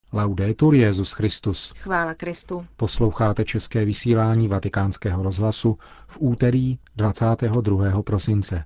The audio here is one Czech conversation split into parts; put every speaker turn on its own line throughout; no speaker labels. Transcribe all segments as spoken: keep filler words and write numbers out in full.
Laudetur Jesus Christus.
Chvála Kristu.
Posloucháte české vysílání Vatikánského rozhlasu v úterý dvacátého druhého prosince.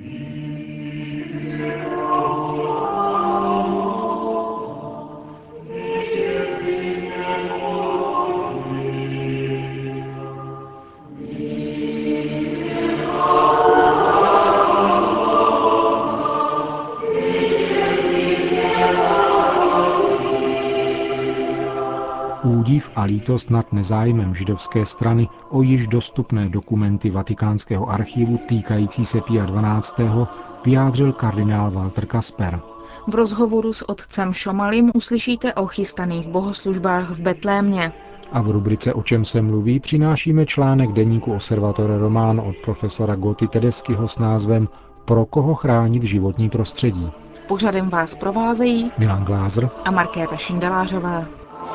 Údiv a lítost nad nezájmem židovské strany o již dostupné dokumenty Vatikánského archivu týkající se Pia dvanáctého. vyjádřil kardinál Walter Kasper.
V rozhovoru s otcem Šomalim uslyšíte o chystaných bohoslužbách v Betlémě.
A v rubrice O čem se mluví přinášíme článek deníku Osservatore Romano od profesora Gotti Tedeschiho s názvem Pro koho chránit životní prostředí.
Pořadem vás provázejí
Milan Glázer
a Markéta Šindelářová.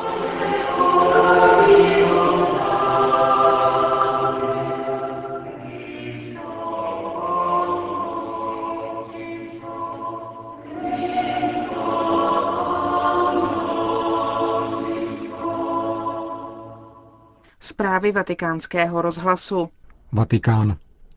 Zprávy Vatikánského rozhlasu.
Vatikán.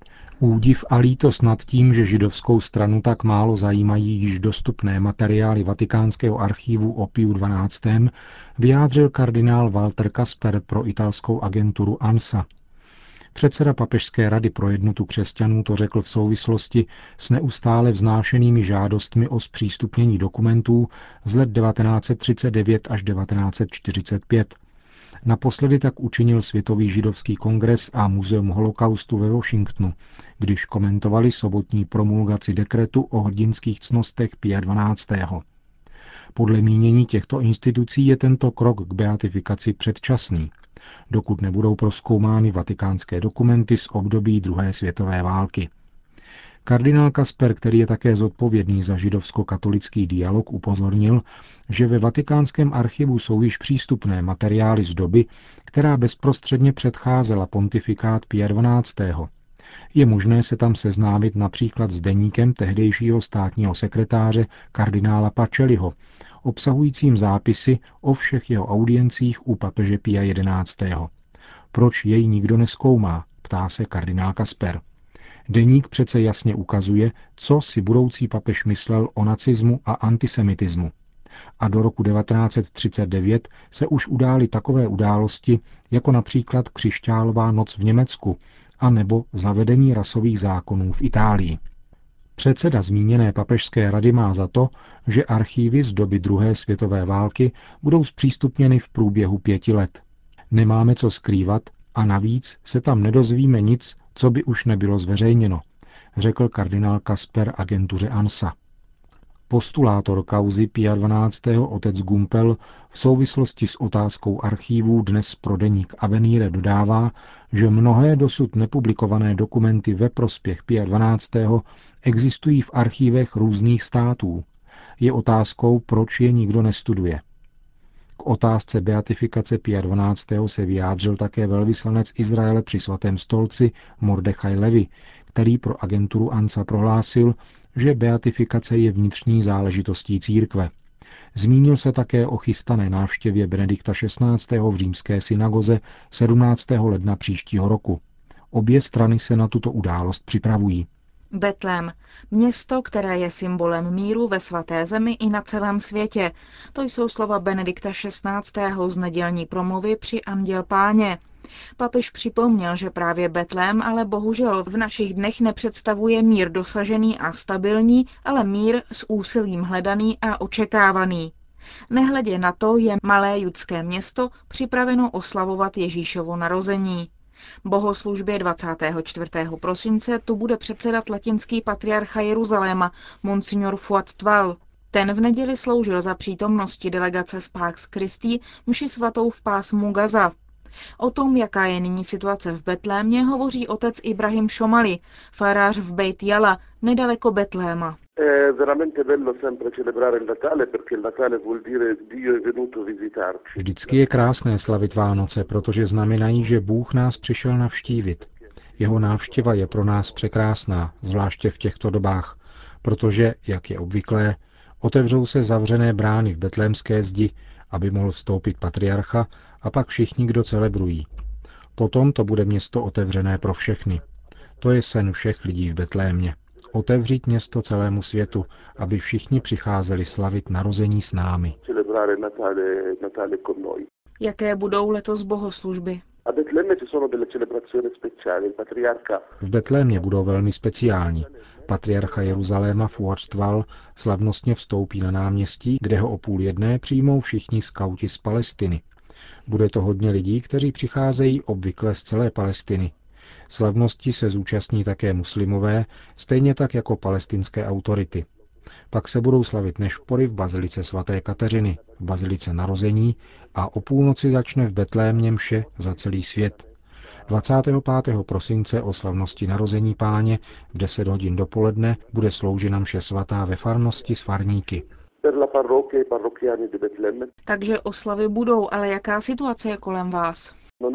Údiv a lítost nad tím, že židovskou stranu tak málo zajímají již dostupné materiály Vatikánského archivu o Piu dvanáctém. vyjádřil kardinál Walter Kasper pro italskou agenturu ANSA. Předseda Papežské rady pro jednotu křesťanů to řekl v souvislosti s neustále vznášenými žádostmi o zpřístupnění dokumentů z let devatenáct set třicet devět až devatenáct set čtyřicet pět. Naposledy tak učinil Světový židovský kongres a Muzeum holokaustu ve Washingtonu, když komentovali sobotní promulgaci dekretu o hrdinských ctnostech Pia dvanáctého. Podle mínění těchto institucí je tento krok k beatifikaci předčasný, dokud nebudou prozkoumány vatikánské dokumenty z období druhé světové války. Kardinál Kasper, který je také zodpovědný za židovsko-katolický dialog, upozornil, že ve Vatikánském archivu jsou již přístupné materiály z doby, která bezprostředně předcházela pontifikát Pia dvanáctého. Je možné se tam seznámit například s deníkem tehdejšího státního sekretáře kardinála Pacelliho, obsahujícím zápisy o všech jeho audiencích u papeže Pia jedenáctého. Proč jej nikdo nezkoumá, ptá se kardinál Kasper. Deník přece jasně ukazuje, co si budoucí papež myslel o nacismu a antisemitismu. A do roku devatenáct set třicet devět se už udály takové události, jako například křišťálová noc v Německu a nebo zavedení rasových zákonů v Itálii. Předseda zmíněné papežské rady má za to, že archívy z doby druhé světové války budou zpřístupněny v průběhu pěti let. Nemáme co skrývat a navíc se tam nedozvíme nic, co by už nebylo zveřejněno, řekl kardinál Kasper agentuře ANSA. Postulátor kauzy Pia dvanáctého. otec Gumpel v souvislosti s otázkou archívů dnes pro deník Avenire dodává, že mnohé dosud nepublikované dokumenty ve prospěch Pia dvanáctého. existují v archívech různých států. Je otázkou, proč je nikdo nestuduje. K otázce beatifikace Pia dvanáctého. se vyjádřil také velvyslanec Izraele při svatém stolci Mordechaj Levi, který pro agenturu ANSA prohlásil, že beatifikace je vnitřní záležitostí církve. Zmínil se také o chystané návštěvě Benedikta šestnáctého. v římské synagoze sedmnáctého ledna příštího roku. Obě strany se na tuto událost připravují.
Betlém, město, které je symbolem míru ve svaté zemi i na celém světě. To jsou slova Benedikta šestnáctého. z nedělní promluvy při Anděl Páně. Papež připomněl, že právě Betlém ale bohužel v našich dnech nepředstavuje mír dosažený a stabilní, ale mír s úsilím hledaný a očekávaný. Nehledě na to je malé judské město připraveno oslavovat Ježíšovo narození. Bohoslužbě dvacátého čtvrtého prosince tu bude předsedat latinský patriarcha Jeruzaléma, monsignor Fuad Tval. Ten v neděli sloužil za přítomnosti delegace z Pax Christi mši svatou v pásmu Gaza. O tom, jaká je nyní situace v Betlémě, hovoří otec Ibrahim Šomali, farář v Bejt Jala, nedaleko Betléma.
Vždycky je krásné slavit Vánoce, protože znamenají, že Bůh nás přišel navštívit. Jeho návštěva je pro nás překrásná, zvláště v těchto dobách, protože, jak je obvyklé, otevřou se zavřené brány v betlémské zdi aby mohl vstoupit patriarcha a pak všichni, kdo celebrují. Potom to bude město otevřené pro všechny. To je sen všech lidí v Betlémě. Otevřít město celému světu, aby všichni přicházeli slavit narození s námi.
Jaké budou letos bohoslužby?
V Betlémě budou velmi speciální. Patriarcha Jeruzaléma Fuad Tval slavnostně vstoupí na náměstí, kde ho o půl jedné přijmou všichni skauti z Palestiny. Bude to hodně lidí, kteří přicházejí obvykle z celé Palestiny. Slavnosti se zúčastní také muslimové, stejně tak jako palestinské autority. Pak se budou slavit nešpory v bazilice svaté Kateřiny, v bazilice narození a o půlnoci začne v Betlémě mše za celý svět. dvacátého pátého prosince o slavnosti narození Páně v deset hodin dopoledne bude sloužena mše svatá ve farnosti Svarníky.
Takže oslavy budou, ale jaká situace je kolem vás?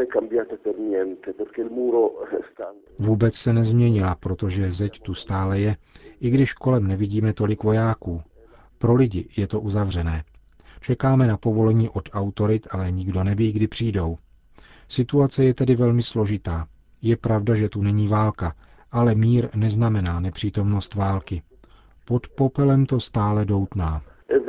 Vůbec se nezměnila, protože zeď tu stále je, i když kolem nevidíme tolik vojáků. Pro lidi je to uzavřené. Čekáme na povolení od autorit, ale nikdo neví, kdy přijdou. Situace je tedy velmi složitá. Je pravda, že tu není válka, ale mír neznamená nepřítomnost války. Pod popelem to stále doutná.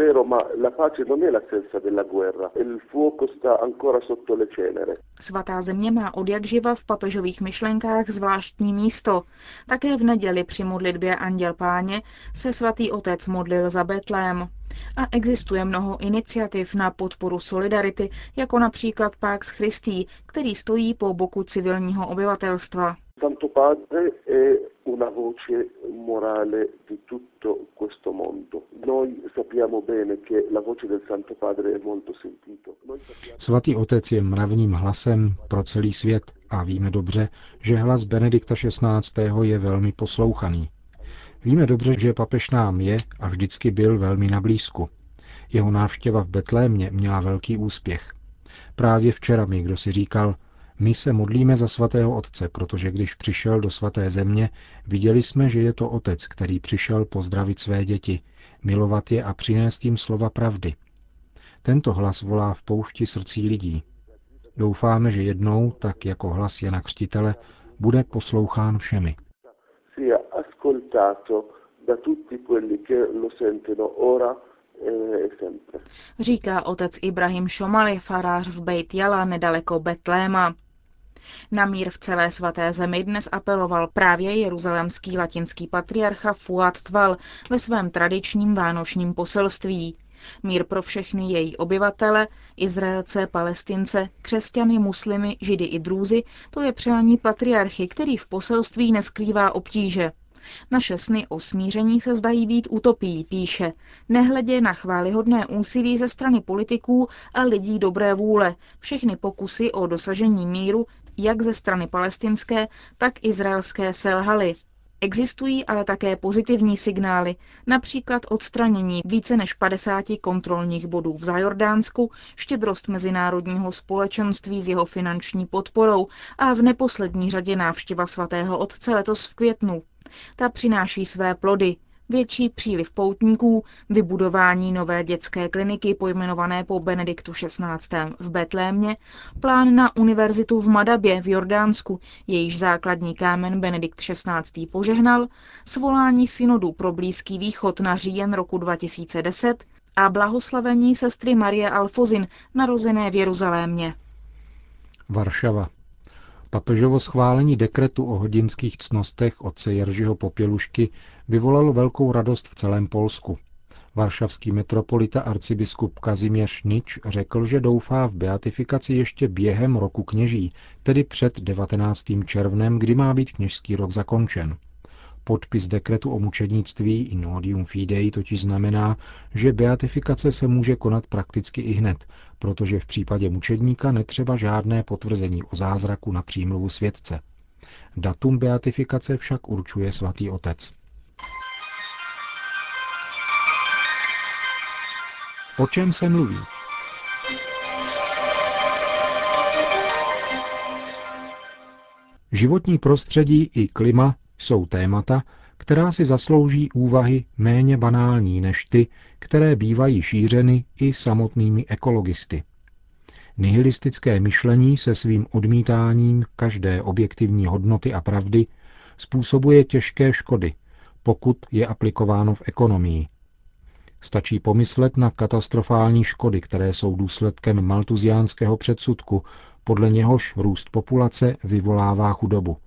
Svatá země má odjakživa v papežových myšlenkách zvláštní místo. Také v neděli při modlitbě Anděl Páně se svatý otec modlil za Betlém. A existuje mnoho iniciativ na podporu solidarity, jako například Pax Christi, který stojí po boku civilního obyvatelstva.
Santo Padre è una voce morale di tutto questo mondo. Noi sappiamo bene che la voce del Santo Padre è molto sentito.
Svatý otec je mravním hlasem pro celý svět a víme dobře, že hlas Benedikta šestnáctého je velmi poslouchaný. Víme dobře, že papež nám je a vždycky byl velmi na blízku. Jeho návštěva v Betlémě měla velký úspěch. Právě včera mi kdo si říkal, my se modlíme za svatého otce, protože když přišel do svaté země, viděli jsme, že je to otec, který přišel pozdravit své děti, milovat je a přinést jim slova pravdy. Tento hlas volá v poušti srdcí lidí. Doufáme, že jednou, tak jako hlas Jana Křtitele, bude poslouchán všemi.
Říká otec Ibrahim Šomali, farář v Bejt Jala nedaleko Betléma. Na mír v celé svaté zemi dnes apeloval právě jeruzalémský latinský patriarcha Fuad Tval ve svém tradičním vánočním poselství. Mír pro všechny její obyvatele, Izraelce, Palestince, křesťany, muslimy, židy i drůzy, to je přání patriarchy, který v poselství neskrývá obtíže. Naše sny o smíření se zdají být utopií, píše, nehledě na chvályhodné úsilí ze strany politiků a lidí dobré vůle. Všechny pokusy o dosažení míru, jak ze strany palestinské, tak izraelské selhaly. Existují ale také pozitivní signály, například odstranění více než padesáti kontrolních bodů v Zájordánsku, štědrost mezinárodního společenství s jeho finanční podporou a v neposlední řadě návštěva svatého otce letos v květnu. Ta přináší své plody. Větší příliv poutníků, vybudování nové dětské kliniky pojmenované po Benediktu šestnáctém v Betlémě, plán na univerzitu v Madabě v Jordánsku, jejíž základní kámen Benedikt šestnáctý požehnal, svolání synodu pro Blízký východ na říjen roku dva tisíce deset a blahoslavení sestry Marie Alfozin, narozené v Jeruzalémě.
Varšava. Papežovo schválení dekretu o hodinských ctnostech otce Jeržiho Popělušky vyvolalo velkou radost v celém Polsku. Varšavský metropolita arcibiskup Kazimierz Nič řekl, že doufá v beatifikaci ještě během roku kněží, tedy před devatenáctým červnem, kdy má být kněžský rok zakončen. Podpis dekretu o mučednictví in odium fidei totiž znamená, že beatifikace se může konat prakticky ihned, protože v případě mučedníka netřeba žádné potvrzení o zázraku na přímluvu svědce. Datum beatifikace však určuje svatý otec. O čem se mluví? Životní prostředí i klima jsou témata, která si zaslouží úvahy méně banální než ty, které bývají šířeny i samotnými ekologisty. Nihilistické myšlení se svým odmítáním každé objektivní hodnoty a pravdy způsobuje těžké škody, pokud je aplikováno v ekonomii. Stačí pomyslet na katastrofální škody, které jsou důsledkem maltuziánského předsudku, podle něhož růst populace vyvolává chudobu.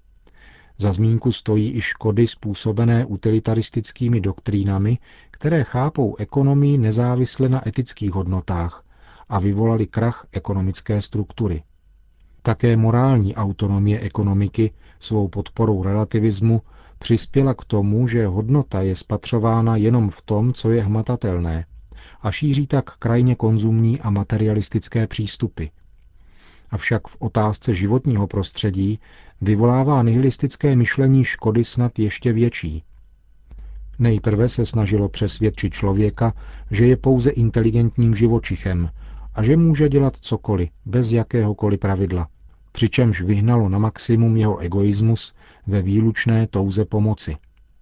Za zmínku stojí i škody způsobené utilitaristickými doktrínami, které chápou ekonomii nezávisle na etických hodnotách a vyvolali krach ekonomické struktury. Také morální autonomie ekonomiky svou podporou relativismu přispěla k tomu, že hodnota je spatřována jenom v tom, co je hmatatelné, a šíří tak krajně konzumní a materialistické přístupy. Avšak v otázce životního prostředí vyvolává nihilistické myšlení škody snad ještě větší. Nejprve se snažilo přesvědčit člověka, že je pouze inteligentním živočichem a že může dělat cokoliv, bez jakéhokoliv pravidla, přičemž vyhnalo na maximum jeho egoismus ve výlučné touze pomoci.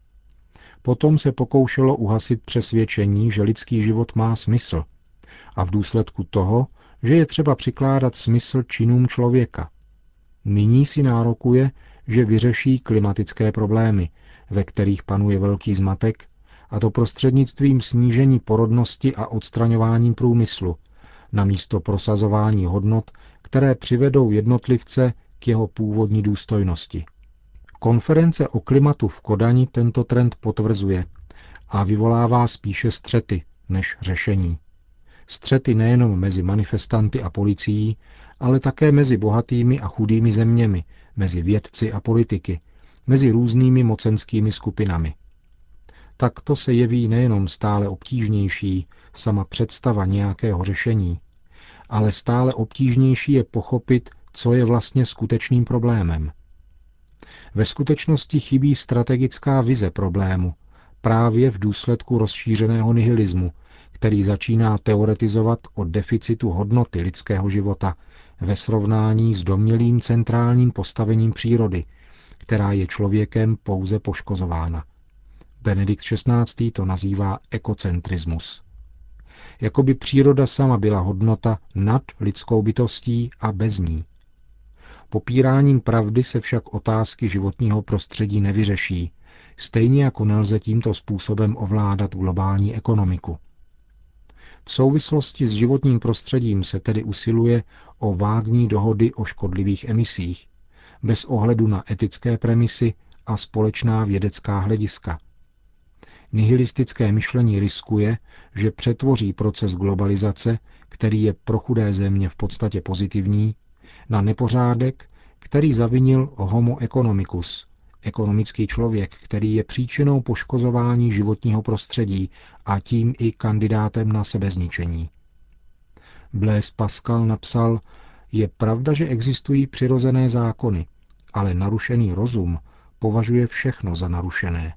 Potom se pokoušelo uhasit přesvědčení, že lidský život má smysl, a v důsledku toho, že je třeba přikládat smysl činům člověka. Nyní si nárokuje, že vyřeší klimatické problémy, ve kterých panuje velký zmatek, a to prostřednictvím snížení porodnosti a odstraňováním průmyslu, namísto prosazování hodnot, které přivedou jednotlivce k jeho původní důstojnosti. Konference o klimatu v Kodani tento trend potvrzuje a vyvolává spíše střety než řešení. Střety nejenom mezi manifestanty a policií, ale také mezi bohatými a chudými zeměmi, mezi vědci a politiky, mezi různými mocenskými skupinami. Takto se jeví nejenom stále obtížnější sama představa nějakého řešení, ale stále obtížnější je pochopit, co je vlastně skutečným problémem. Ve skutečnosti chybí strategická vize problému, právě v důsledku rozšířeného nihilismu, který začíná teoretizovat o deficitu hodnoty lidského života ve srovnání s domnělým centrálním postavením přírody, která je člověkem pouze poškozována. Benedikt šestnáctý. To nazývá ekocentrismus. Jakoby příroda sama byla hodnota nad lidskou bytostí a bez ní. Popíráním pravdy se však otázky životního prostředí nevyřeší, stejně jako nelze tímto způsobem ovládat globální ekonomiku. V souvislosti s životním prostředím se tedy usiluje o vágní dohody o škodlivých emisích, bez ohledu na etické premisy a společná vědecká hlediska. Nihilistické myšlení riskuje, že přetvoří proces globalizace, který je pro chudé země v podstatě pozitivní, na nepořádek, který zavinil homo economicus, ekonomický člověk, který je příčinou poškozování životního prostředí a tím i kandidátem na sebezničení. Blaise Pascal napsal, je pravda, že existují přirozené zákony, ale narušený rozum považuje všechno za narušené.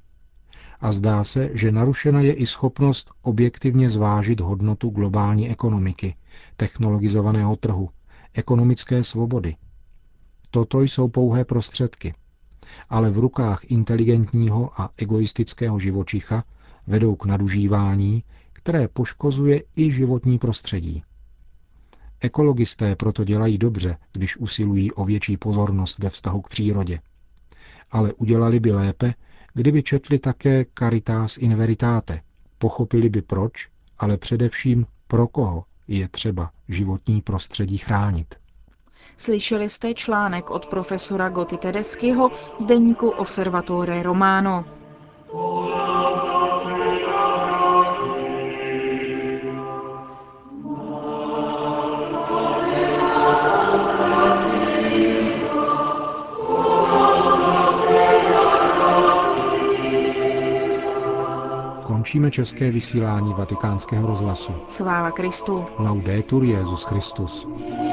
A zdá se, že narušena je i schopnost objektivně zvážit hodnotu globální ekonomiky, technologizovaného trhu, ekonomické svobody. Toto jsou pouhé prostředky, ale v rukách inteligentního a egoistického živočicha vedou k nadužívání, které poškozuje i životní prostředí. Ekologisté proto dělají dobře, když usilují o větší pozornost ve vztahu k přírodě. Ale udělali by lépe, kdyby četli také Caritas in Veritate, pochopili by proč, ale především pro koho je třeba životní prostředí chránit.
Slyšeli jste článek od profesora Gotti Tedeschiho z deníku Osservatore Romano.
Končíme české vysílání Vatikánského rozhlasu.
Chvála Kristu.
Laudetur Jesus Christus.